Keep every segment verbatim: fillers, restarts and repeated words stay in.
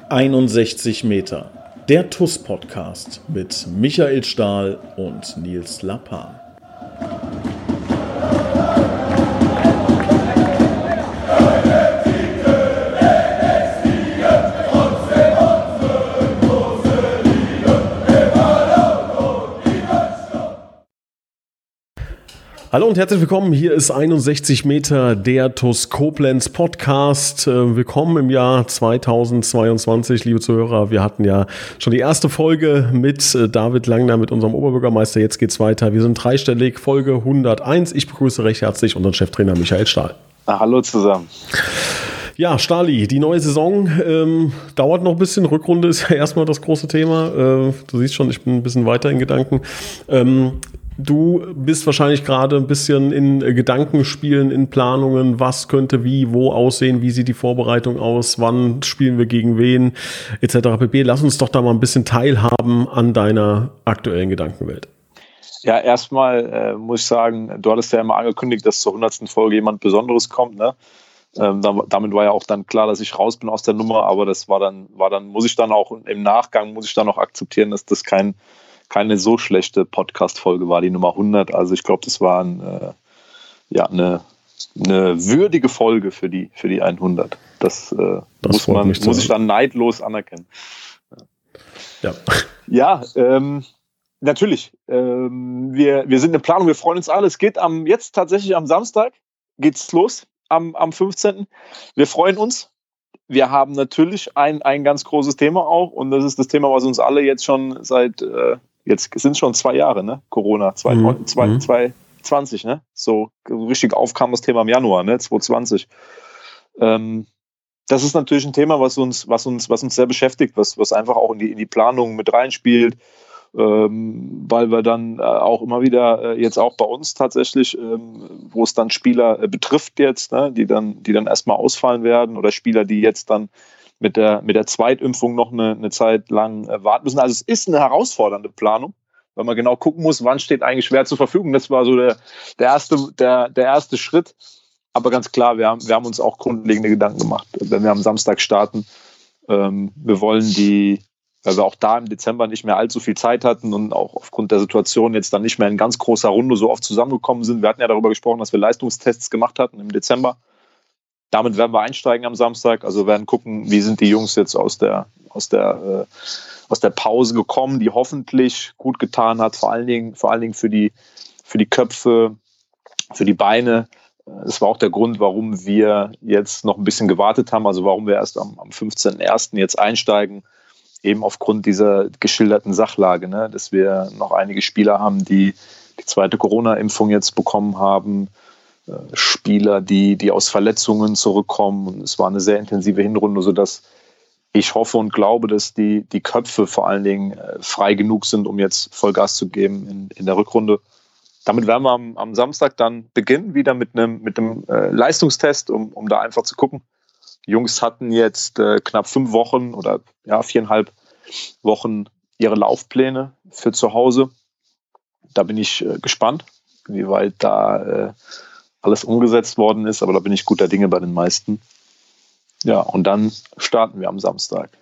einundsechzig Meter, der T U S-Podcast mit Michael Stahl und Nils Lappan. Hallo und herzlich willkommen, hier ist einundsechzig Meter, der T U S Koblenz Podcast. Willkommen im Jahr zweitausendzweiundzwanzig, liebe Zuhörer. Wir hatten ja schon die erste Folge mit David Langner, mit unserem Oberbürgermeister. Jetzt geht's weiter. Wir sind dreistellig, Folge hunderteins. Ich begrüße recht herzlich unseren Cheftrainer Michael Stahl. Na, hallo zusammen. Ja, Stahli, die neue Saison ähm, dauert noch ein bisschen. Rückrunde ist ja erstmal das große Thema. Äh, du siehst schon, ich bin ein bisschen weiter in Gedanken. Ähm, Du bist wahrscheinlich gerade ein bisschen in Gedankenspielen, in Planungen, was könnte wie, wo aussehen, wie sieht die Vorbereitung aus, wann spielen wir gegen wen, et cetera pp. Lass uns doch da mal ein bisschen teilhaben an deiner aktuellen Gedankenwelt. Ja, erstmal äh, muss ich sagen, du hattest ja immer angekündigt, dass zur hundertsten Folge jemand Besonderes kommt, ne? Ähm, da, damit war ja auch dann klar, dass ich raus bin aus der Nummer, aber das war dann, war dann, muss ich dann auch im Nachgang, muss ich dann auch akzeptieren, dass das kein keine so schlechte Podcast-Folge war, die Nummer hundert. Also ich glaube, das war ein, äh, ja, eine, eine würdige Folge für die, für die hundert. Das, äh, das muss, man, muss ich dann neidlos anerkennen. Ja, ja ähm, natürlich. Ähm, wir, wir sind in Planung, wir freuen uns alle. Es geht am, jetzt tatsächlich am Samstag, geht's los, am, am fünfzehnten Wir freuen uns. Wir haben natürlich ein, ein ganz großes Thema auch und das ist das Thema, was uns alle jetzt schon seit... Äh, Jetzt sind es schon zwei Jahre, ne? Corona, Mhm. zwanzig zwanzig, ne? So richtig aufkam das Thema im Januar, ne? zwanzig zwanzig. Ähm, das ist natürlich ein Thema, was uns, was uns, was uns sehr beschäftigt, was, was einfach auch in die, in die Planung mit reinspielt, ähm, weil wir dann äh, auch immer wieder äh, jetzt auch bei uns tatsächlich, ähm, wo es dann Spieler äh, betrifft jetzt, ne? Die dann, die dann erstmal ausfallen werden oder Spieler, die jetzt dann mit der, mit der Zweitimpfung noch eine, eine Zeit lang äh, warten müssen. Also es ist eine herausfordernde Planung, weil man genau gucken muss, wann steht eigentlich wer zur Verfügung. Das war so der, der, erste, der, der erste Schritt. Aber ganz klar, wir haben, wir haben uns auch grundlegende Gedanken gemacht, wenn wir am Samstag starten. Ähm, wir wollen die, weil wir auch da im Dezember nicht mehr allzu viel Zeit hatten und auch aufgrund der Situation jetzt dann nicht mehr in ganz großer Runde so oft zusammengekommen sind. Wir hatten ja darüber gesprochen, dass wir Leistungstests gemacht hatten im Dezember. Damit werden wir einsteigen am Samstag, also werden gucken, wie sind die Jungs jetzt aus der, aus der, äh, aus der Pause gekommen, die hoffentlich gut getan hat, vor allen Dingen, vor allen Dingen für die, für die Köpfe, für die Beine. Das war auch der Grund, warum wir jetzt noch ein bisschen gewartet haben, also warum wir erst am, am fünfzehnten ersten jetzt einsteigen, eben aufgrund dieser geschilderten Sachlage, ne? Dass wir noch einige Spieler haben, die die zweite Corona-Impfung jetzt bekommen haben, Spieler, die, die aus Verletzungen zurückkommen. Und es war eine sehr intensive Hinrunde, sodass ich hoffe und glaube, dass die, die Köpfe vor allen Dingen frei genug sind, um jetzt Vollgas zu geben in, in der Rückrunde. Damit werden wir am, am Samstag dann beginnen, wieder mit einem, mit einem äh, Leistungstest, um, um da einfach zu gucken. Die Jungs hatten jetzt äh, knapp fünf Wochen oder ja, viereinhalb Wochen ihre Laufpläne für zu Hause. Da bin ich äh, gespannt, wie weit da äh, alles umgesetzt worden ist, aber da bin ich guter Dinge bei den meisten. Ja, und dann starten wir am Samstag.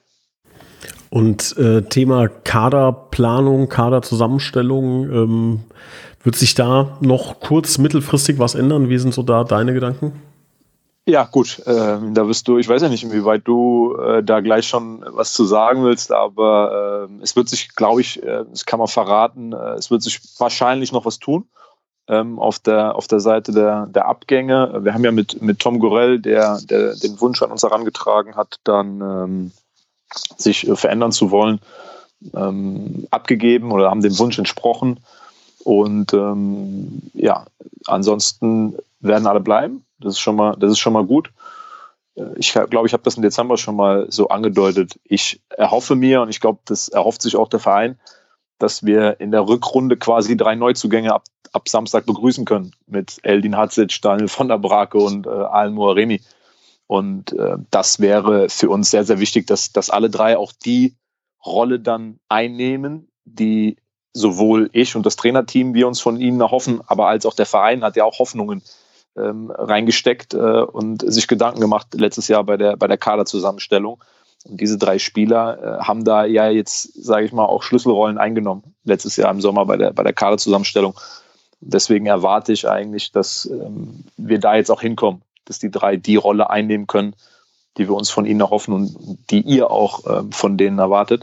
Und äh, Thema Kaderplanung, Kaderzusammenstellung, ähm, wird sich da noch kurz-, mittelfristig was ändern? Wie sind so da deine Gedanken? Ja, gut, äh, da wirst du, ich weiß ja nicht, inwieweit du äh, da gleich schon was zu sagen willst, aber äh, es wird sich, glaube ich, äh, das kann man verraten, äh, es wird sich wahrscheinlich noch was tun. Auf der, auf der Seite der, der Abgänge. Wir haben ja mit, mit Tom Gorell, der, der den Wunsch an uns herangetragen hat, dann ähm, sich verändern zu wollen, ähm, abgegeben oder haben dem Wunsch entsprochen. Und ähm, ja, ansonsten werden alle bleiben. Das ist schon mal, das ist schon mal gut. Ich glaube, ich habe das im Dezember schon mal so angedeutet. Ich erhoffe mir, und ich glaube, das erhofft sich auch der Verein, dass wir in der Rückrunde quasi drei Neuzugänge ab, ab Samstag begrüßen können mit Eldin Hadzic, Daniel von der Brake und äh, Alen Moaremi. Und äh, das wäre für uns sehr, sehr wichtig, dass, dass alle drei auch die Rolle dann einnehmen, die sowohl ich und das Trainerteam wir uns von ihnen erhoffen, aber als auch der Verein hat ja auch Hoffnungen ähm, reingesteckt äh, und sich Gedanken gemacht letztes Jahr bei der, bei der Kaderzusammenstellung. Und diese drei Spieler äh, haben da ja jetzt, sage ich mal, auch Schlüsselrollen eingenommen, letztes Jahr im Sommer bei der, bei der Kaderzusammenstellung. Deswegen erwarte ich eigentlich, dass ähm, wir da jetzt auch hinkommen, dass die drei die Rolle einnehmen können, die wir uns von ihnen erhoffen und die ihr auch ähm, von denen erwartet.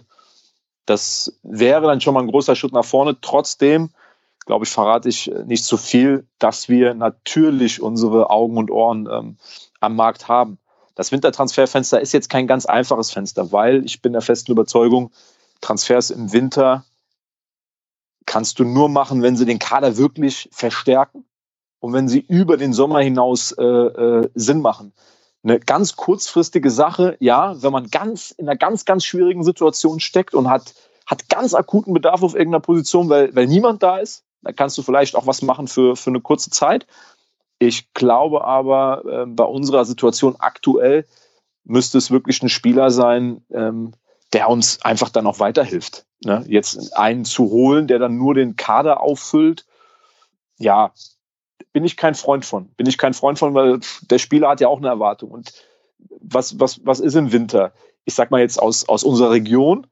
Das wäre dann schon mal ein großer Schritt nach vorne. Trotzdem, glaube ich, verrate ich nicht zu viel, dass wir natürlich unsere Augen und Ohren ähm, am Markt haben. Das Wintertransferfenster ist jetzt kein ganz einfaches Fenster, weil ich bin der festen Überzeugung, Transfers im Winter kannst du nur machen, wenn sie den Kader wirklich verstärken und wenn sie über den Sommer hinaus äh, äh, Sinn machen. Eine ganz kurzfristige Sache, ja, wenn man ganz in einer ganz, ganz schwierigen Situation steckt und hat, hat ganz akuten Bedarf auf irgendeiner Position, weil, weil niemand da ist, da kannst du vielleicht auch was machen für, für eine kurze Zeit. Ich glaube aber, äh, bei unserer Situation aktuell müsste es wirklich ein Spieler sein, ähm, der uns einfach dann auch weiterhilft. Ne? Jetzt einen zu holen, der dann nur den Kader auffüllt, ja, bin ich kein Freund von. Bin ich kein Freund von, weil der Spieler hat ja auch eine Erwartung. Und was, was, was ist im Winter? Ich sag mal jetzt aus, aus unserer Region,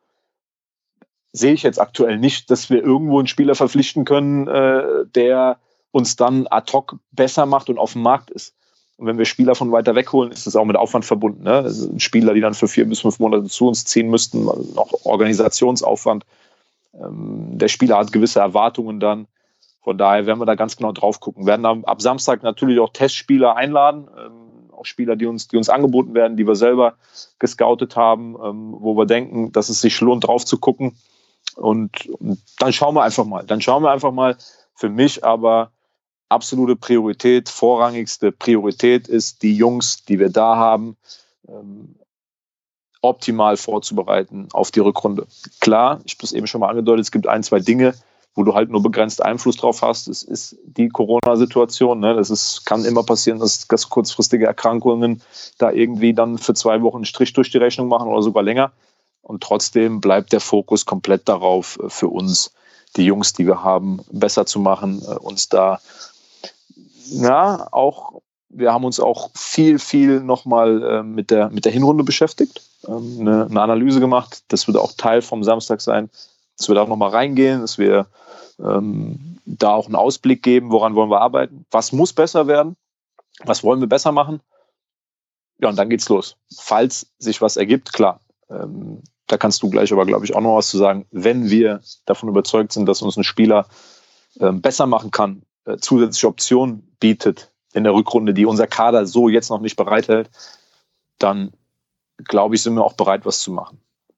sehe ich jetzt aktuell nicht, dass wir irgendwo einen Spieler verpflichten können, äh, der uns dann ad hoc besser macht und auf dem Markt ist. Und wenn wir Spieler von weiter weg holen, ist das auch mit Aufwand verbunden. Ne? Das sind Spieler, die dann für vier bis fünf Monate zu uns ziehen müssten, auch Organisationsaufwand. Ähm, der Spieler hat gewisse Erwartungen dann. Von daher werden wir da ganz genau drauf gucken. Wir werden ab, ab Samstag natürlich auch Testspieler einladen, ähm, auch Spieler, die uns, die uns angeboten werden, die wir selber gescoutet haben, ähm, wo wir denken, dass es sich lohnt, drauf zu gucken. Und, und dann schauen wir einfach mal. Dann schauen wir einfach mal. Für mich aber absolute Priorität, vorrangigste Priorität ist, die Jungs, die wir da haben, ähm, optimal vorzubereiten auf die Rückrunde. Klar, ich habe es eben schon mal angedeutet, es gibt ein, zwei Dinge, wo du halt nur begrenzt Einfluss drauf hast. Es ist die Corona-Situation. Ne? Das ist, kann immer passieren, dass, dass kurzfristige Erkrankungen da irgendwie dann für zwei Wochen einen Strich durch die Rechnung machen oder sogar länger. Und trotzdem bleibt der Fokus komplett darauf, für uns, die Jungs, die wir haben, besser zu machen, uns da, ja, auch, wir haben uns auch viel, viel nochmal äh, mit der, mit der Hinrunde beschäftigt, ähm, eine, eine Analyse gemacht. Das wird auch Teil vom Samstag sein, dass wir da auch nochmal reingehen, dass wir ähm, da auch einen Ausblick geben, woran wollen wir arbeiten, was muss besser werden, was wollen wir besser machen. Ja, und dann geht's los. Falls sich was ergibt, klar, ähm, da kannst du gleich aber, glaube ich, auch noch was zu sagen. Wenn wir davon überzeugt sind, dass uns ein Spieler äh, besser machen kann, äh, zusätzliche Optionen bietet in der Rückrunde, die unser Kader so jetzt noch nicht bereithält, dann, glaube ich, sind wir auch bereit, was zu machen.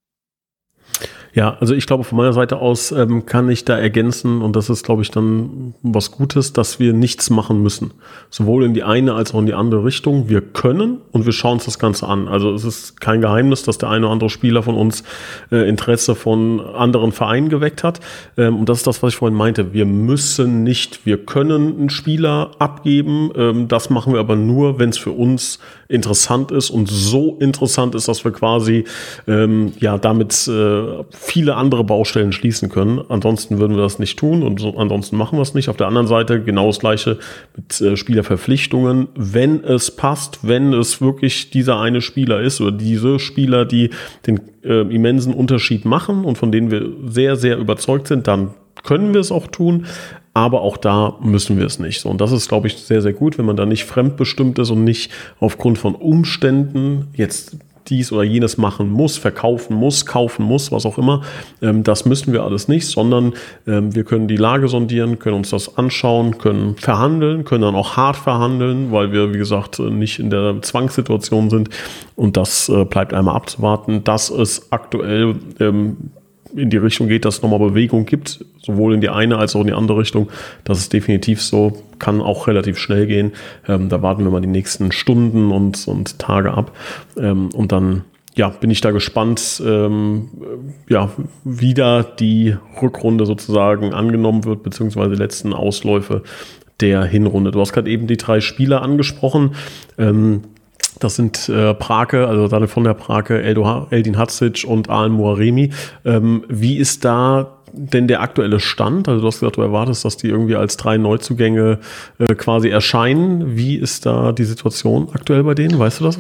Ja, also ich glaube, von meiner Seite aus ähm, kann ich da ergänzen, und das ist, glaube ich, dann was Gutes, dass wir nichts machen müssen. Sowohl in die eine als auch in die andere Richtung. Wir können und wir schauen uns das Ganze an. Also es ist kein Geheimnis, dass der eine oder andere Spieler von uns äh, Interesse von anderen Vereinen geweckt hat. Ähm, und das ist das, was ich vorhin meinte. Wir müssen nicht, wir können einen Spieler abgeben. Ähm, das machen wir aber nur, wenn es für uns interessant ist und so interessant ist, dass wir quasi ähm, ja damit äh, viele andere Baustellen schließen können. Ansonsten würden wir das nicht tun und so, ansonsten machen wir es nicht. Auf der anderen Seite genau das Gleiche mit äh, Spielerverpflichtungen. Wenn es passt, wenn es wirklich dieser eine Spieler ist oder diese Spieler, die den äh, immensen Unterschied machen und von denen wir sehr, sehr überzeugt sind, dann können wir es auch tun. Aber auch da müssen wir es nicht. So, und das ist, glaube ich, sehr, sehr gut, wenn man da nicht fremdbestimmt ist und nicht aufgrund von Umständen jetzt dies oder jenes machen muss, verkaufen muss, kaufen muss, was auch immer. Ähm, das müssen wir alles nicht, sondern ähm, wir können die Lage sondieren, können uns das anschauen, können verhandeln, können dann auch hart verhandeln, weil wir, wie gesagt, nicht in der Zwangssituation sind. Und das äh, bleibt einmal abzuwarten, dass es aktuell ähm, in die Richtung geht, dass es nochmal Bewegung gibt, sowohl in die eine als auch in die andere Richtung. Das ist definitiv so, kann auch relativ schnell gehen. Ähm, da warten wir mal die nächsten Stunden und, und Tage ab. Ähm, und dann ja, bin ich da gespannt, ähm, ja, wie da die Rückrunde sozusagen angenommen wird, beziehungsweise die letzten Ausläufe der Hinrunde. Du hast gerade eben die drei Spieler angesprochen. Ähm, Das sind äh, Prake, also Daniel von der Prake, Eldo, Eldin Hadzic und Alen Muharemi. Ähm, wie ist da denn der aktuelle Stand? Also du hast gesagt, du erwartest, dass die irgendwie als drei Neuzugänge äh, quasi erscheinen. Wie ist da die Situation aktuell bei denen? Weißt du das?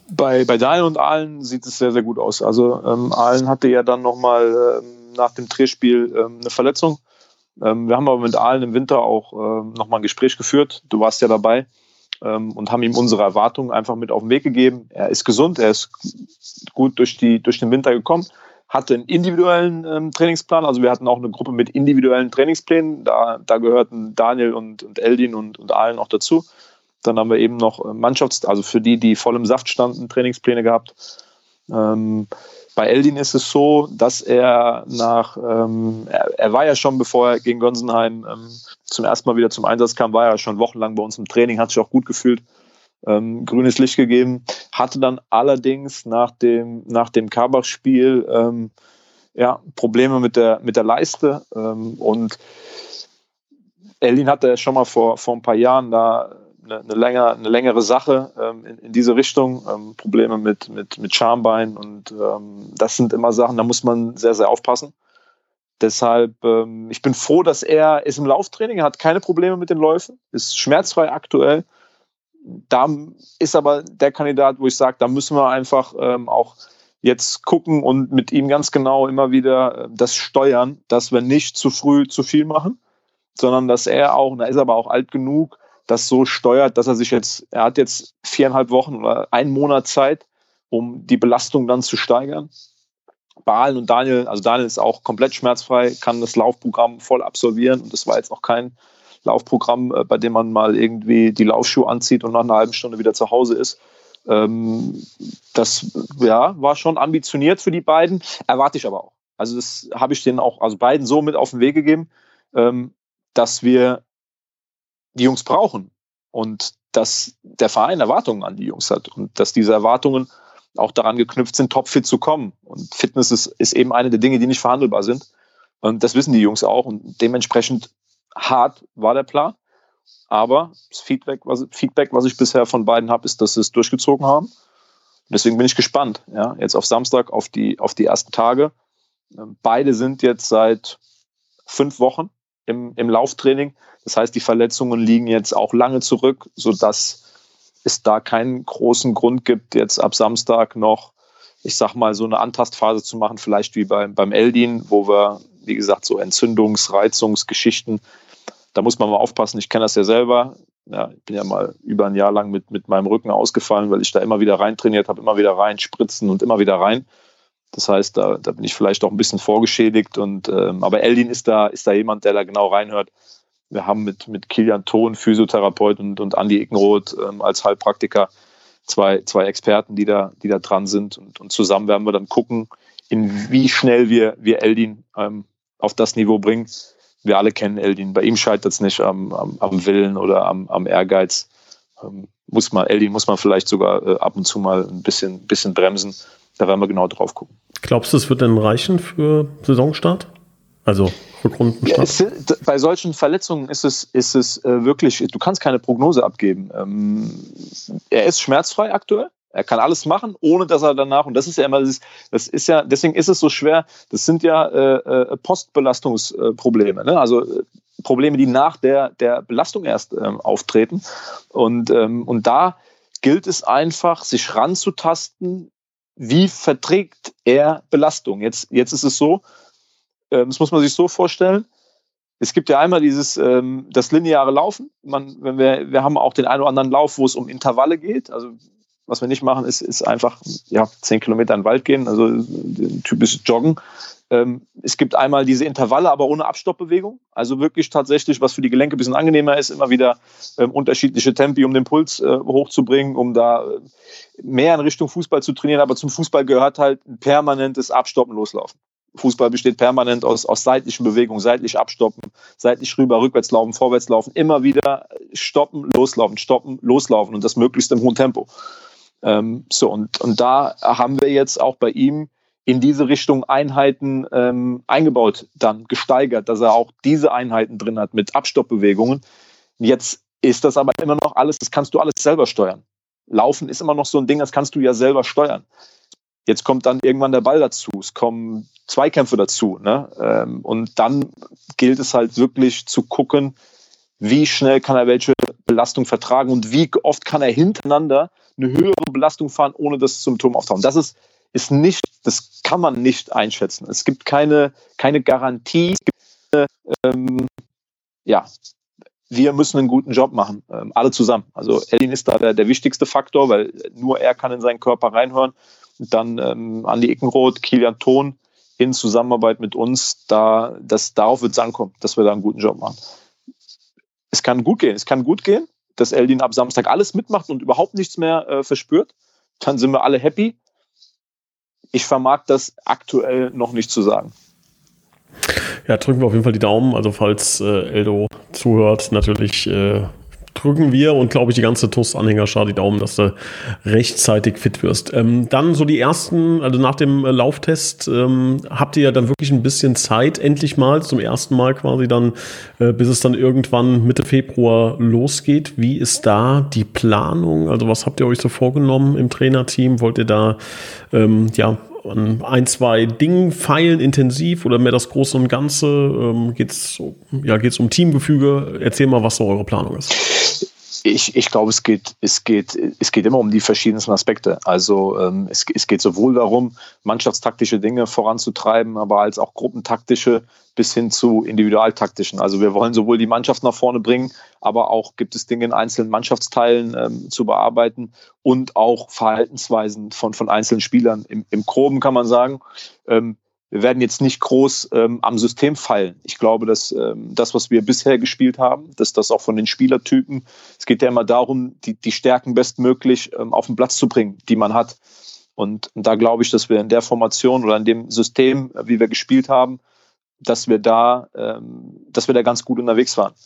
bei, bei Daniel und Ahlen sieht es sehr, sehr gut aus. Also ähm, Ahlen hatte ja dann nochmal ähm, nach dem Drehspiel ähm, eine Verletzung. Ähm, wir haben aber mit Ahlen im Winter auch ähm, nochmal ein Gespräch geführt. Du warst ja dabei. Ähm, und haben ihm unsere Erwartungen einfach mit auf den Weg gegeben. Er ist gesund, er ist gut durch, die, durch den Winter gekommen, hatte einen individuellen ähm, Trainingsplan. Also wir hatten auch eine Gruppe mit individuellen Trainingsplänen. Da, da gehörten Daniel und, und Eldin und, und Ahlen auch dazu. Dann haben wir eben noch Mannschafts-, also für die, die voll im Saft standen, Trainingspläne gehabt. Ähm, bei Eldin ist es so, dass er nach, ähm, er, er war ja schon, bevor er gegen Gonsenheim ähm, zum ersten Mal wieder zum Einsatz kam, war er schon wochenlang bei uns im Training, hat sich auch gut gefühlt, ähm, grünes Licht gegeben, hatte dann allerdings nach dem, nach dem Karbach-Spiel ähm, ja, Probleme mit der, mit der Leiste ähm, und Eldin hatte schon mal vor, vor ein paar Jahren da eine, eine, länger, eine längere Sache ähm, in, in diese Richtung, ähm, Probleme mit, mit, mit Schambein und ähm, das sind immer Sachen, da muss man sehr, sehr aufpassen. Deshalb, ähm, ich bin froh, dass er ist im Lauftraining, er hat keine Probleme mit den Läufen, ist schmerzfrei aktuell. Da ist aber der Kandidat, wo ich sage, da müssen wir einfach ähm, auch jetzt gucken und mit ihm ganz genau immer wieder das steuern, dass wir nicht zu früh zu viel machen, sondern dass er auch, und da ist er aber auch alt genug, das so steuert, dass er sich jetzt, er hat jetzt viereinhalb Wochen oder einen Monat Zeit, um die Belastung dann zu steigern. Bei Ahlen und Daniel, also Daniel ist auch komplett schmerzfrei, kann das Laufprogramm voll absolvieren und das war jetzt auch kein Laufprogramm, bei dem man mal irgendwie die Laufschuhe anzieht und nach einer halben Stunde wieder zu Hause ist. Das ja, war schon ambitioniert für die beiden, erwarte ich aber auch. Also das habe ich denen auch, also beiden so mit auf den Weg gegeben, dass wir die Jungs brauchen und dass der Verein Erwartungen an die Jungs hat und dass diese Erwartungen auch daran geknüpft sind, topfit zu kommen. Und Fitness ist, ist eben eine der Dinge, die nicht verhandelbar sind. Und das wissen die Jungs auch und dementsprechend hart war der Plan. Aber das Feedback, was, Feedback, was ich bisher von beiden habe, ist, dass sie es durchgezogen haben. Und deswegen bin ich gespannt. Ja, jetzt auf Samstag auf die, auf die ersten Tage. Beide sind jetzt seit fünf Wochen im, im Lauftraining. Das heißt, die Verletzungen liegen jetzt auch lange zurück, sodass es da keinen großen Grund gibt, jetzt ab Samstag noch, ich sag mal, so eine Antastphase zu machen, vielleicht wie beim, beim Eldin, wo wir, wie gesagt, so Entzündungs-, Reizungsgeschichten, da muss man mal aufpassen. Ich kenne das ja selber. Ja, ich bin ja mal über ein Jahr lang mit, mit meinem Rücken ausgefallen, weil ich da immer wieder rein trainiert habe, immer wieder rein spritzen und immer wieder rein. Das heißt, da, da bin ich vielleicht auch ein bisschen vorgeschädigt. Und, ähm, aber Eldin ist da, ist da jemand, der da genau reinhört. Wir haben mit, mit Kilian Thon, Physiotherapeut, und, und Andi Ickenroth ähm, als Heilpraktiker zwei, zwei Experten, die da, die da dran sind. Und, und zusammen werden wir dann gucken, in wie schnell wir, wir Eldin ähm, auf das Niveau bringen. Wir alle kennen Eldin. Bei ihm scheitert es nicht am, am, am Willen oder am, am Ehrgeiz. Ähm, muss man, Eldin muss man vielleicht sogar äh, ab und zu mal ein bisschen, bisschen bremsen. Da werden wir genau drauf gucken. Glaubst du, es wird denn reichen für Saisonstart? Also Rückrundenstart? Ja, es, bei solchen Verletzungen ist es, ist es äh, wirklich, du kannst keine Prognose abgeben. Ähm, er ist schmerzfrei aktuell. Er kann alles machen, ohne dass er danach, und das ist ja immer, das ist, das ist ja, deswegen ist es so schwer, das sind ja äh, äh, Postbelastungsprobleme, ne? Also äh, Probleme, die nach der, der Belastung erst ähm, auftreten. Und, ähm, und da gilt es einfach, sich ranzutasten, wie verträgt er Belastung. Jetzt, jetzt ist es so, ähm, das muss man sich so vorstellen, es gibt ja einmal dieses, ähm, das lineare Laufen. Man, wenn wir, wir haben auch den einen oder anderen Lauf, wo es um Intervalle geht, also was wir nicht machen, ist, ist einfach ja, zehn Kilometer in den Wald gehen, also typisches Joggen. Ähm, es gibt einmal diese Intervalle, aber ohne Abstoppbewegung. Also wirklich tatsächlich, was für die Gelenke ein bisschen angenehmer ist, immer wieder ähm, unterschiedliche Tempi, um den Puls äh, hochzubringen, um da äh, mehr in Richtung Fußball zu trainieren. Aber zum Fußball gehört halt ein permanentes Abstoppen, Loslaufen. Fußball besteht permanent aus, aus seitlichen Bewegungen, seitlich abstoppen, seitlich rüber, rückwärts laufen, vorwärts laufen, immer wieder stoppen, loslaufen, stoppen, loslaufen und das möglichst im hohen Tempo. Ähm, so, und, und da haben wir jetzt auch bei ihm in diese Richtung Einheiten ähm, eingebaut, dann gesteigert, dass er auch diese Einheiten drin hat mit Abstoppbewegungen. Jetzt ist das aber immer noch alles, das kannst du alles selber steuern. Laufen ist immer noch so ein Ding, das kannst du ja selber steuern. Jetzt kommt dann irgendwann der Ball dazu, es kommen Zweikämpfe dazu, ne? Ähm, und dann gilt es halt wirklich zu gucken, wie schnell kann er welche Belastung vertragen und wie oft kann er hintereinander eine höhere Belastung fahren, ohne dass Symptome auftauchen. Das ist, ist nicht, das kann man nicht einschätzen. Es gibt keine, keine Garantie. Es gibt keine, ähm, ja, wir müssen einen guten Job machen, ähm, alle zusammen. Also Eldin ist da der, der wichtigste Faktor, weil nur er kann in seinen Körper reinhören. Dann ähm, Andi Ickenroth, Kilian Thon in Zusammenarbeit mit uns, da, das, darauf wird es ankommen, dass wir da einen guten Job machen. Es kann gut gehen, es kann gut gehen, dass Eldin ab Samstag alles mitmacht und überhaupt nichts mehr äh, verspürt. Dann sind wir alle happy. Ich vermag das aktuell noch nicht zu sagen. Ja, drücken wir auf jeden Fall die Daumen. Also falls äh, Eldo zuhört, natürlich äh, drücken wir und glaube ich die ganze T U S-Anhängerschar die Daumen, dass du rechtzeitig fit wirst. Ähm, dann so die ersten, also nach dem äh, Lauftest, ähm, habt ihr ja dann wirklich ein bisschen Zeit, endlich mal, zum ersten Mal quasi dann, äh, bis es dann irgendwann Mitte Februar losgeht. Wie ist da die Planung? Also was habt ihr euch so vorgenommen im Trainerteam? Wollt ihr da, ähm, ja, an ein, zwei Dingen feilen intensiv oder mehr das Große und Ganze? Ähm, geht's, ja, geht's um Teamgefüge? Erzähl mal, was so eure Planung ist. Ich, ich glaube, es geht, es, geht, es geht immer um die verschiedensten Aspekte. Also ähm, es, es geht sowohl darum, mannschaftstaktische Dinge voranzutreiben, aber als auch gruppentaktische bis hin zu individualtaktischen. Also wir wollen sowohl die Mannschaft nach vorne bringen, aber auch gibt es Dinge in einzelnen Mannschaftsteilen ähm, zu bearbeiten und auch Verhaltensweisen von, von einzelnen Spielern. Im, im Groben kann man sagen, ähm, wir werden jetzt nicht groß ähm, am System feilen. Ich glaube, dass ähm, das, was wir bisher gespielt haben, dass das auch von den Spielertypen, es geht ja immer darum, die, die Stärken bestmöglich ähm, auf den Platz zu bringen, die man hat. Und, und da glaube ich, dass wir in der Formation oder in dem System, wie wir gespielt haben, dass wir da, ähm, dass wir da ganz gut unterwegs waren.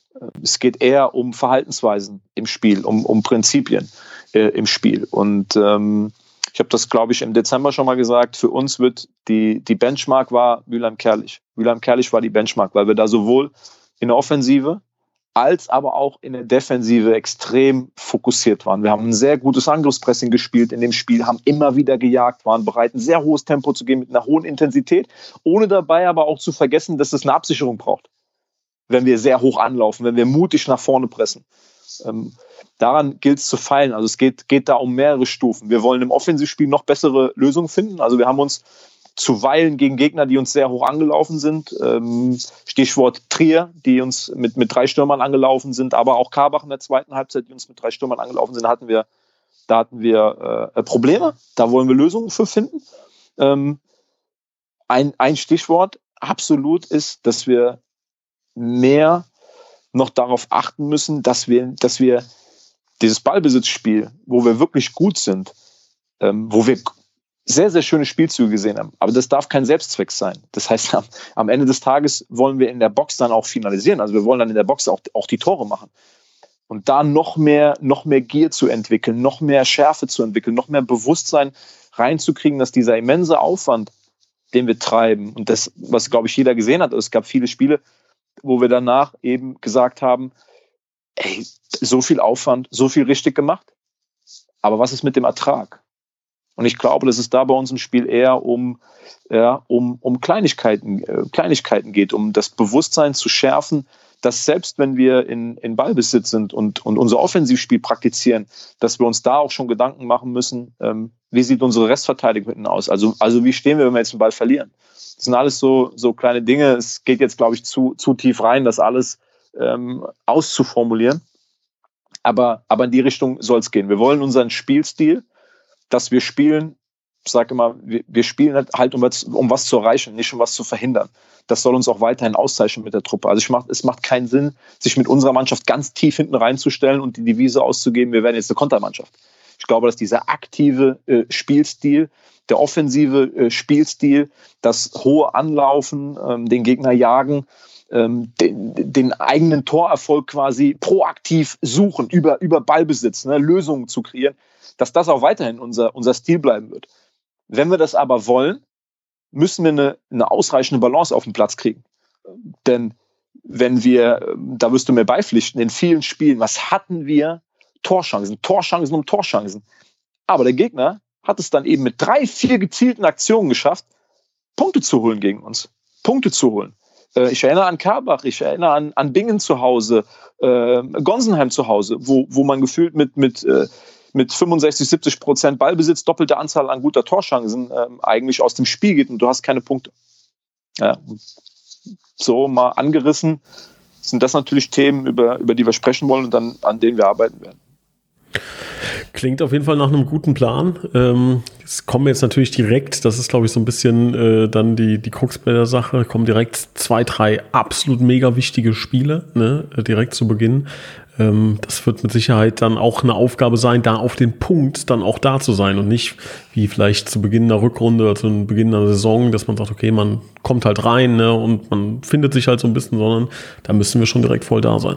Es geht eher um Verhaltensweisen im Spiel, um, um Prinzipien äh, im Spiel. Und ähm, ich habe das, glaube ich, im Dezember schon mal gesagt, für uns wird die, die Benchmark war Wilhelm Kerlich. Wilhelm Kerlich war die Benchmark, weil wir da sowohl in der Offensive als aber auch in der Defensive extrem fokussiert waren. Wir haben ein sehr gutes Angriffspressing gespielt in dem Spiel, haben immer wieder gejagt, waren bereit, ein sehr hohes Tempo zu gehen mit einer hohen Intensität, ohne dabei aber auch zu vergessen, dass es eine Absicherung braucht, wenn wir sehr hoch anlaufen, wenn wir mutig nach vorne pressen. Ähm, daran gilt es zu feilen. Also es geht, geht da um mehrere Stufen. Wir wollen im Offensivspiel noch bessere Lösungen finden. Also wir haben uns zuweilen gegen Gegner, die uns sehr hoch angelaufen sind, ähm, Stichwort Trier, die uns mit, mit drei Stürmern angelaufen sind, aber auch Karbach in der zweiten Halbzeit, die uns mit drei Stürmern angelaufen sind, hatten wir, da hatten wir äh, Probleme. Da wollen wir Lösungen für finden. Ähm, ein, ein Stichwort absolut ist, dass wir mehr noch darauf achten müssen, dass wir, dass wir dieses Ballbesitzspiel, wo wir wirklich gut sind, ähm, wo wir sehr, sehr schöne Spielzüge gesehen haben. Aber das darf kein Selbstzweck sein. Das heißt, am, am Ende des Tages wollen wir in der Box dann auch finalisieren. Also wir wollen dann in der Box auch, auch die Tore machen. Und da noch mehr, noch mehr Gier zu entwickeln, noch mehr Schärfe zu entwickeln, noch mehr Bewusstsein reinzukriegen, dass dieser immense Aufwand, den wir treiben, und das, was, glaube ich, jeder gesehen hat, es gab viele Spiele, wo wir danach eben gesagt haben, ey, so viel Aufwand, so viel richtig gemacht. Aber was ist mit dem Ertrag? Und ich glaube, dass es da bei uns im Spiel eher um, ja, um, um Kleinigkeiten, äh, Kleinigkeiten geht, um das Bewusstsein zu schärfen, dass selbst wenn wir in, in Ballbesitz sind und, und unser Offensivspiel praktizieren, dass wir uns da auch schon Gedanken machen müssen, ähm, wie sieht unsere Restverteidigung hinten aus? Also, also wie stehen wir, wenn wir jetzt den Ball verlieren? Das sind alles so, so kleine Dinge. Es geht jetzt, glaube ich, zu, zu tief rein, das alles ähm, auszuformulieren. Aber, aber in die Richtung soll es gehen. Wir wollen unseren Spielstil, dass wir spielen, ich sage immer, wir, wir spielen halt, um was, um was zu erreichen, nicht um was zu verhindern. Das soll uns auch weiterhin auszeichnen mit der Truppe. Also ich mach, es macht keinen Sinn, sich mit unserer Mannschaft ganz tief hinten reinzustellen und die Devise auszugeben, wir werden jetzt eine Kontermannschaft. Ich glaube, dass dieser aktive äh, Spielstil, der offensive äh, Spielstil, das hohe Anlaufen, ähm, den Gegner jagen, ähm, den, den eigenen Torerfolg quasi proaktiv suchen, über, über Ballbesitz, ne, Lösungen zu kreieren, dass das auch weiterhin unser, unser Stil bleiben wird. Wenn wir das aber wollen, müssen wir eine, eine ausreichende Balance auf den Platz kriegen. Denn wenn wir, da wirst du mir beipflichten, in vielen Spielen, was hatten wir? Torchancen, Torchancen um Torchancen. Aber der Gegner hat es dann eben mit drei, vier gezielten Aktionen geschafft, Punkte zu holen gegen uns. Punkte zu holen. Ich erinnere an Karbach, ich erinnere an, an Bingen zu Hause, äh, Gonsenheim zu Hause, wo, wo man gefühlt mit, mit, äh, mit fünfundsechzig, siebzig Prozent Ballbesitz, doppelte Anzahl an guter Torchancen ähm, eigentlich aus dem Spiel geht und du hast keine Punkte. Ja, so mal angerissen sind das natürlich Themen, über, über die wir sprechen wollen und dann an denen wir arbeiten werden. Klingt auf jeden Fall nach einem guten Plan. Ähm, es kommen jetzt natürlich direkt, das ist glaube ich so ein bisschen äh, dann die, die Krux bei der Sache, kommen direkt zwei, drei absolut mega wichtige Spiele, ne, direkt zu Beginn. Ähm, das wird mit Sicherheit dann auch eine Aufgabe sein, da auf den Punkt dann auch da zu sein und nicht wie vielleicht zu Beginn der Rückrunde oder zu Beginn der Saison, dass man sagt, okay, man kommt halt rein, ne, und man findet sich halt so ein bisschen, sondern da müssen wir schon direkt voll da sein.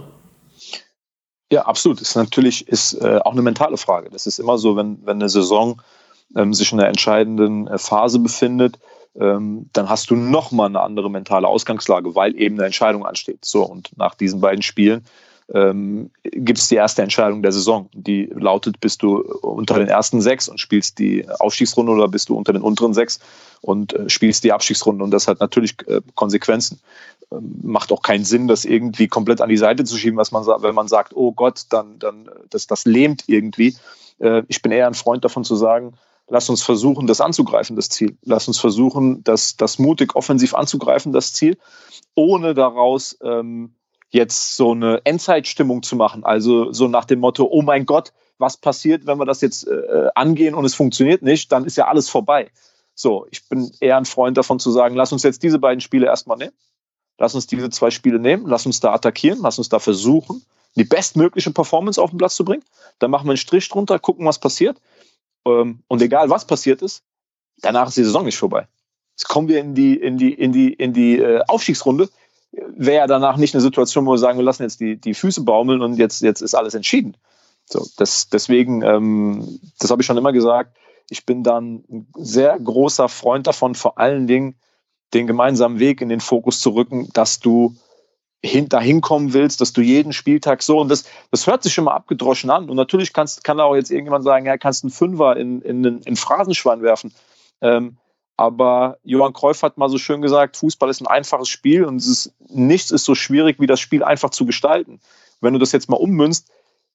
Ja, absolut. Das ist natürlich ist äh, auch eine mentale Frage. Das ist immer so, wenn, wenn eine Saison ähm, sich in einer entscheidenden äh, Phase befindet, ähm, dann hast du nochmal eine andere mentale Ausgangslage, weil eben eine Entscheidung ansteht. So, und nach diesen beiden Spielen ähm, gibt es die erste Entscheidung der Saison. Die lautet, bist du unter den ersten sechs und spielst die Aufstiegsrunde oder bist du unter den unteren sechs und äh, spielst die Abstiegsrunde. Und das hat natürlich äh, Konsequenzen. Macht auch keinen Sinn, das irgendwie komplett an die Seite zu schieben, was man sagt, wenn man sagt, oh Gott, dann, dann das, das lähmt irgendwie. Ich bin eher ein Freund davon zu sagen, lass uns versuchen, das anzugreifen, das Ziel. Lass uns versuchen, das, das mutig offensiv anzugreifen, das Ziel, ohne daraus ähm, jetzt so eine Endzeitstimmung zu machen. Also so nach dem Motto, oh mein Gott, was passiert, wenn wir das jetzt äh, angehen und es funktioniert nicht, dann ist ja alles vorbei. So, ich bin eher ein Freund davon zu sagen, lass uns jetzt diese beiden Spiele erstmal nehmen. Lass uns diese zwei Spiele nehmen, lass uns da attackieren, lass uns da versuchen, die bestmögliche Performance auf den Platz zu bringen. Dann machen wir einen Strich drunter, gucken, was passiert. Und egal, was passiert ist, danach ist die Saison nicht vorbei. Jetzt kommen wir in die, in die, in die, in die Aufstiegsrunde. Wäre ja danach nicht eine Situation, wo wir sagen, wir lassen jetzt die, die Füße baumeln und jetzt, jetzt ist alles entschieden. So, das, deswegen, ähm, das habe ich schon immer gesagt, ich bin dann ein sehr großer Freund davon, vor allen Dingen den gemeinsamen Weg in den Fokus zu rücken, dass du hin, dahin kommen willst, dass du jeden Spieltag so, und das, das hört sich immer abgedroschen an, und natürlich kannst, kann auch jetzt irgendjemand sagen, ja, kannst einen Fünfer in, in, in, in Phrasenschwein werfen, ähm, aber Johann Cruyff hat mal so schön gesagt, Fußball ist ein einfaches Spiel und es ist, nichts ist so schwierig, wie das Spiel einfach zu gestalten. Wenn du das jetzt mal ummünzt,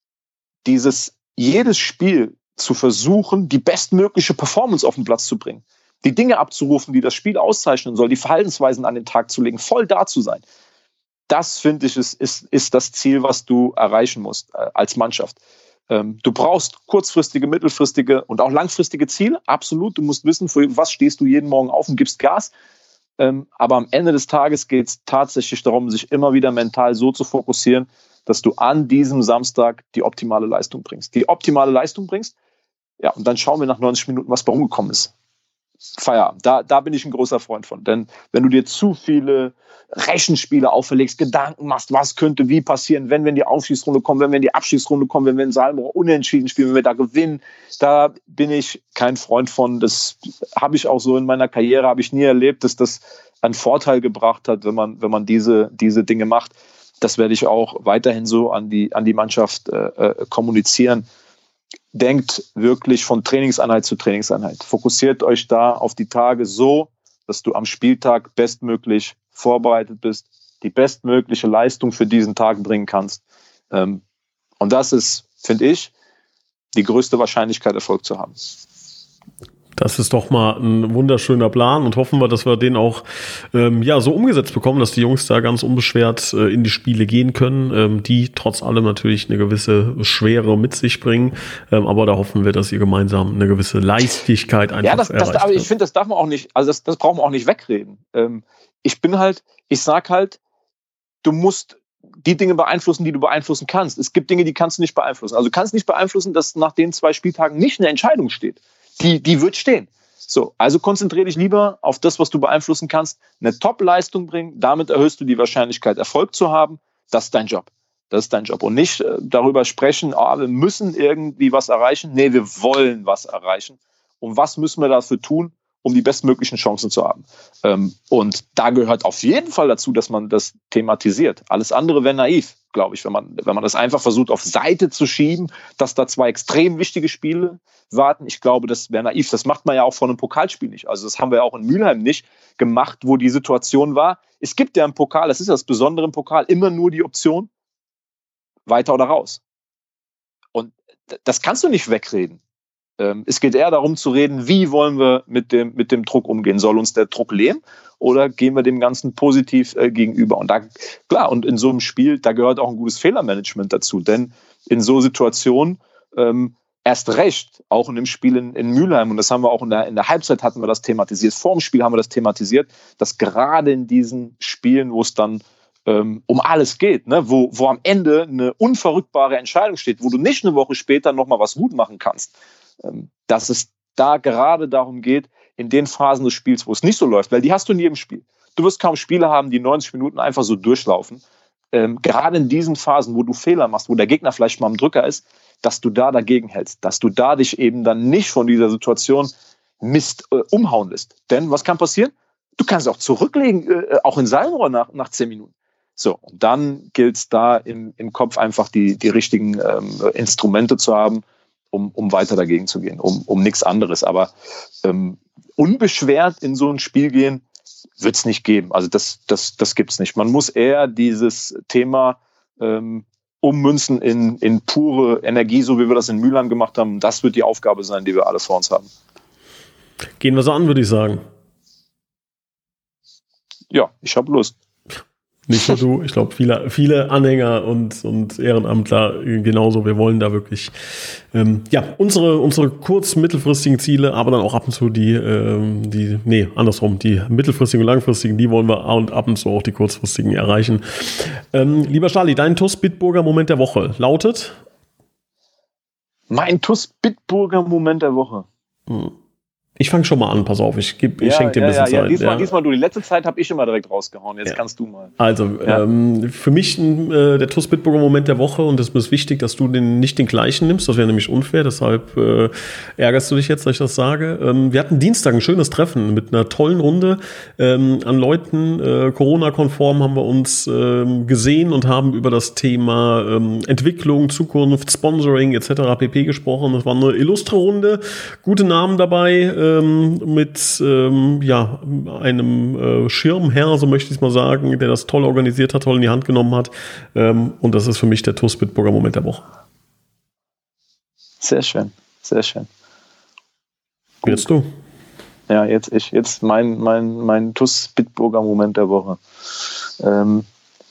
dieses, jedes Spiel zu versuchen, die bestmögliche Performance auf den Platz zu bringen, die Dinge abzurufen, die das Spiel auszeichnen soll, die Verhaltensweisen an den Tag zu legen, voll da zu sein. Das, finde ich, ist, ist, ist das Ziel, was du erreichen musst äh, als Mannschaft. Ähm, du brauchst kurzfristige, mittelfristige und auch langfristige Ziele, absolut. Du musst wissen, für was stehst du jeden Morgen auf und gibst Gas. Ähm, aber am Ende des Tages geht es tatsächlich darum, sich immer wieder mental so zu fokussieren, dass du an diesem Samstag die optimale Leistung bringst. Die optimale Leistung bringst, ja, und dann schauen wir nach neunzig Minuten, was bei rumgekommen ist. Feierabend. Da, da bin ich ein großer Freund von. Denn wenn du dir zu viele Rechenspiele auferlegst, Gedanken machst, was könnte wie passieren, wenn wir in die Aufstiegsrunde kommen, wenn wir in die Abstiegsrunde kommen, wenn wir in Salzburg unentschieden spielen, wenn wir da gewinnen, da bin ich kein Freund von. Das habe ich auch so in meiner Karriere, habe ich nie erlebt, dass das einen Vorteil gebracht hat, wenn man, wenn man diese, diese Dinge macht. Das werde ich auch weiterhin so an die, an die Mannschaft äh, kommunizieren. Denkt wirklich von Trainingseinheit zu Trainingseinheit. Fokussiert euch da auf die Tage so, dass du am Spieltag bestmöglich vorbereitet bist, die bestmögliche Leistung für diesen Tag bringen kannst. Und das ist, finde ich, die größte Wahrscheinlichkeit, Erfolg zu haben. Das ist doch mal ein wunderschöner Plan, und hoffen wir, dass wir den auch ähm, ja so umgesetzt bekommen, dass die Jungs da ganz unbeschwert äh, in die Spiele gehen können, ähm, die trotz allem natürlich eine gewisse Schwere mit sich bringen. Ähm, aber da hoffen wir, dass ihr gemeinsam eine gewisse Leichtigkeit einfach ja, das, erreicht. Das, aber ich finde, das darf man auch nicht, also das, das braucht man auch nicht wegreden. Ähm, ich bin halt, ich sag halt, du musst die Dinge beeinflussen, die du beeinflussen kannst. Es gibt Dinge, die kannst du nicht beeinflussen. Also du kannst nicht beeinflussen, dass nach den zwei Spieltagen nicht eine Entscheidung steht. Die, die wird stehen. So, also konzentriere dich lieber auf das, was du beeinflussen kannst. Eine Top-Leistung bringen, damit erhöhst du die Wahrscheinlichkeit, Erfolg zu haben. Das ist dein Job. Das ist dein Job. Und nicht äh, darüber sprechen, oh, wir müssen irgendwie was erreichen. Nee, wir wollen was erreichen. Und was müssen wir dafür tun, um die bestmöglichen Chancen zu haben? Ähm, und da gehört auf jeden Fall dazu, dass man das thematisiert. Alles andere wäre naiv, glaube ich, wenn man, wenn man das einfach versucht, auf Seite zu schieben, dass da zwei extrem wichtige Spiele warten. Ich glaube, das wäre naiv. Das macht man ja auch von einem Pokalspiel nicht. Also das haben wir ja auch in Mülheim nicht gemacht, wo die Situation war, es gibt ja im Pokal, das ist das Besondere im Pokal, immer nur die Option, weiter oder raus. Und das kannst du nicht wegreden. Ähm, es geht eher darum zu reden, wie wollen wir mit dem, mit dem Druck umgehen? Soll uns der Druck lähmen oder gehen wir dem Ganzen positiv äh, gegenüber? Und da, klar, und in so einem Spiel, da gehört auch ein gutes Fehlermanagement dazu, denn in so Situationen, ähm, erst recht, auch in dem Spiel in, in Mülheim, und das haben wir auch in der, in der Halbzeit hatten wir das thematisiert, vor dem Spiel haben wir das thematisiert, dass gerade in diesen Spielen, wo es dann ähm, um alles geht, ne, wo, wo am Ende eine unverrückbare Entscheidung steht, wo du nicht eine Woche später nochmal was gut machen kannst, ähm, dass es da gerade darum geht, in den Phasen des Spiels, wo es nicht so läuft, weil die hast du in jedem Spiel. Du wirst kaum Spiele haben, die neunzig Minuten einfach so durchlaufen. Ähm, gerade in diesen Phasen, wo du Fehler machst, wo der Gegner vielleicht mal am Drücker ist, dass du da dagegen hältst, dass du da dich eben dann nicht von dieser Situation Mist äh, umhauen lässt. Denn was kann passieren? Du kannst auch zurücklegen, äh, auch in Sallenrohr nach, nach zehn Minuten. So, und dann gilt es da im, im Kopf einfach die, die richtigen ähm, Instrumente zu haben, um, um weiter dagegen zu gehen, um, um nichts anderes. Aber ähm, unbeschwert in so ein Spiel gehen, wird es nicht geben. Also das, das, das gibt es nicht. Man muss eher dieses Thema ähm, ummünzen in, in pure Energie, so wie wir das in Mülheim gemacht haben. Das wird die Aufgabe sein, die wir alle vor uns haben. Gehen wir so an, würde ich sagen. Ja, ich habe Lust. Nicht nur du, ich glaube, viele, viele Anhänger und, und Ehrenamtler genauso. Wir wollen da wirklich ähm, ja, unsere, unsere kurz-, mittelfristigen Ziele, aber dann auch ab und zu die, ähm, die, nee, andersrum, die mittelfristigen und langfristigen, die wollen wir und ab und zu auch die kurzfristigen erreichen. Ähm, lieber Stahli, dein T U S Bitburger Moment der Woche lautet? Mein T U S Bitburger Moment der Woche. Hm. Ich fange schon mal an, pass auf, ich, geb, ich ja, schenke dir ein ja, bisschen ja, Zeit. Ja, diesmal, ja. diesmal du. Die letzte Zeit habe ich immer direkt rausgehauen, jetzt ja. kannst du mal. Also, ja. ähm, für mich äh, der T U S Bitburger Moment der Woche, und es ist wichtig, dass du den, nicht den gleichen nimmst, das wäre nämlich unfair, deshalb äh, ärgerst du dich jetzt, dass ich das sage. Ähm, wir hatten Dienstag ein schönes Treffen mit einer tollen Runde ähm, an Leuten, äh, Corona-konform haben wir uns ähm, gesehen und haben über das Thema ähm, Entwicklung, Zukunft, Sponsoring et cetera pp. Gesprochen. Das war eine illustre Runde, gute Namen dabei, ähm, mit mit ähm, ja, einem äh, Schirmherr, so möchte ich es mal sagen, der das toll organisiert hat, toll in die Hand genommen hat. Ähm, und das ist für mich der T U S Bitburger Moment der Woche. Sehr schön, sehr schön. Gut. Jetzt du. Ja, jetzt ich. Jetzt mein, mein, mein T U S Bitburger Moment der Woche. Ähm,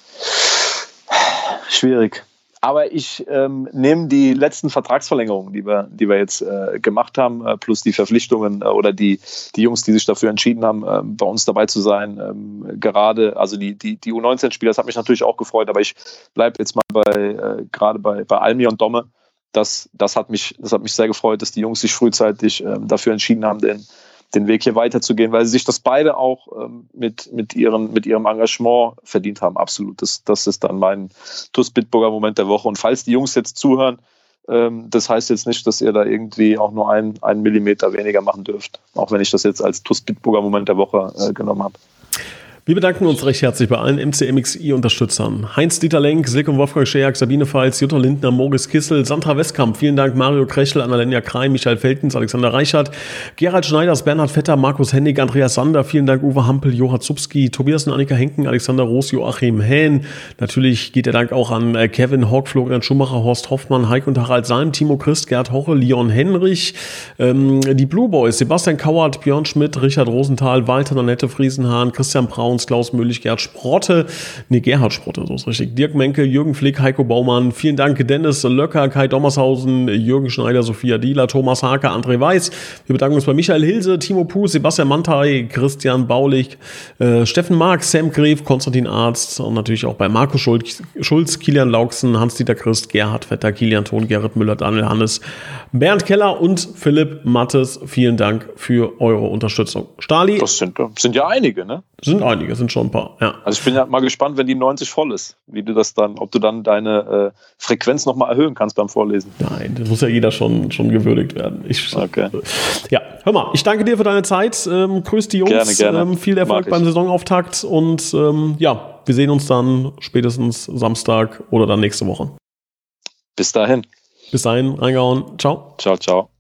schwierig. Aber ich ähm, nehme die letzten Vertragsverlängerungen, die wir, die wir jetzt äh, gemacht haben, äh, plus die Verpflichtungen äh, oder die, die Jungs, die sich dafür entschieden haben, äh, bei uns dabei zu sein. Ähm, gerade, also die, die, die U neunzehn-Spieler, das hat mich natürlich auch gefreut, aber ich bleibe jetzt mal bei, äh, gerade bei, bei Almi und Domme. Das, das, hat mich, das hat mich sehr gefreut, dass die Jungs sich frühzeitig äh, dafür entschieden haben, den, den Weg hier weiterzugehen, weil sie sich das beide auch ähm, mit, mit, ihren, mit ihrem Engagement verdient haben. Absolut. Das, das ist dann mein T U S Bitburger Moment der Woche. Und falls die Jungs jetzt zuhören, ähm, das heißt jetzt nicht, dass ihr da irgendwie auch nur einen, einen Millimeter weniger machen dürft. Auch wenn ich das jetzt als T U S Bitburger Moment der Woche äh, genommen habe. Wir bedanken uns recht herzlich bei allen M C M X I-Unterstützern. Heinz-Dieter Lenk, Silke und Wolfgang Scheak, Sabine Pfalz, Jutta Lindner, Moritz Kissel, Sandra Westkamp, vielen Dank, Mario Krechel, Annalena Krein, Michael Feltens, Alexander Reichert, Gerald Schneiders, Bernhard Vetter, Markus Hennig, Andreas Sander, vielen Dank, Uwe Hampel, Johann Zupski, Tobias und Annika Henken, Alexander Roos, Joachim Hähn. Natürlich geht der Dank auch an Kevin Hock, Florian Schumacher, Horst Hoffmann, Heik und Harald Salm, Timo Christ, Gerd Hoche, Leon Henrich, ähm, die Blue Boys, Sebastian Kauert, Björn Schmidt, Richard Rosenthal, Walter Nanette Friesenhahn, Christian Brauns, Klaus Müllig, Gerd Sprotte, nee, Gerhard Sprotte, so ist richtig. Dirk Menke, Jürgen Flick, Heiko Baumann, vielen Dank, Dennis Löcker, Kai Dommershausen, Jürgen Schneider, Sophia Dieler, Thomas Hake, André Weiß. Wir bedanken uns bei Michael Hilse, Timo Puh, Sebastian Mantei, Christian Baulich, äh, Steffen Mark, Sam Gref, Konstantin Arzt und natürlich auch bei Markus Schulz, Schulz Kilian Lauksen, Hans-Dieter Christ, Gerhard Vetter, Kilian Thon, Gerrit Müller, Daniel Hannes, Bernd Keller und Philipp Mattes. Vielen Dank für eure Unterstützung. Stahli? Das sind, sind ja einige, ne? Sind einige, sind schon ein paar, ja. Also ich bin ja mal gespannt, wenn die neunzig voll ist, wie du das dann, ob du dann deine äh, Frequenz nochmal erhöhen kannst beim Vorlesen. Nein, das muss ja jeder schon, schon gewürdigt werden. Ich, okay. Ja, hör mal, ich danke dir für deine Zeit. Ähm, grüß die Jungs. Gerne, gerne. Ähm, viel Erfolg beim Saisonauftakt und ähm, ja, wir sehen uns dann spätestens Samstag oder dann nächste Woche. Bis dahin. Bis dahin, reingehauen. Ciao. Ciao, ciao.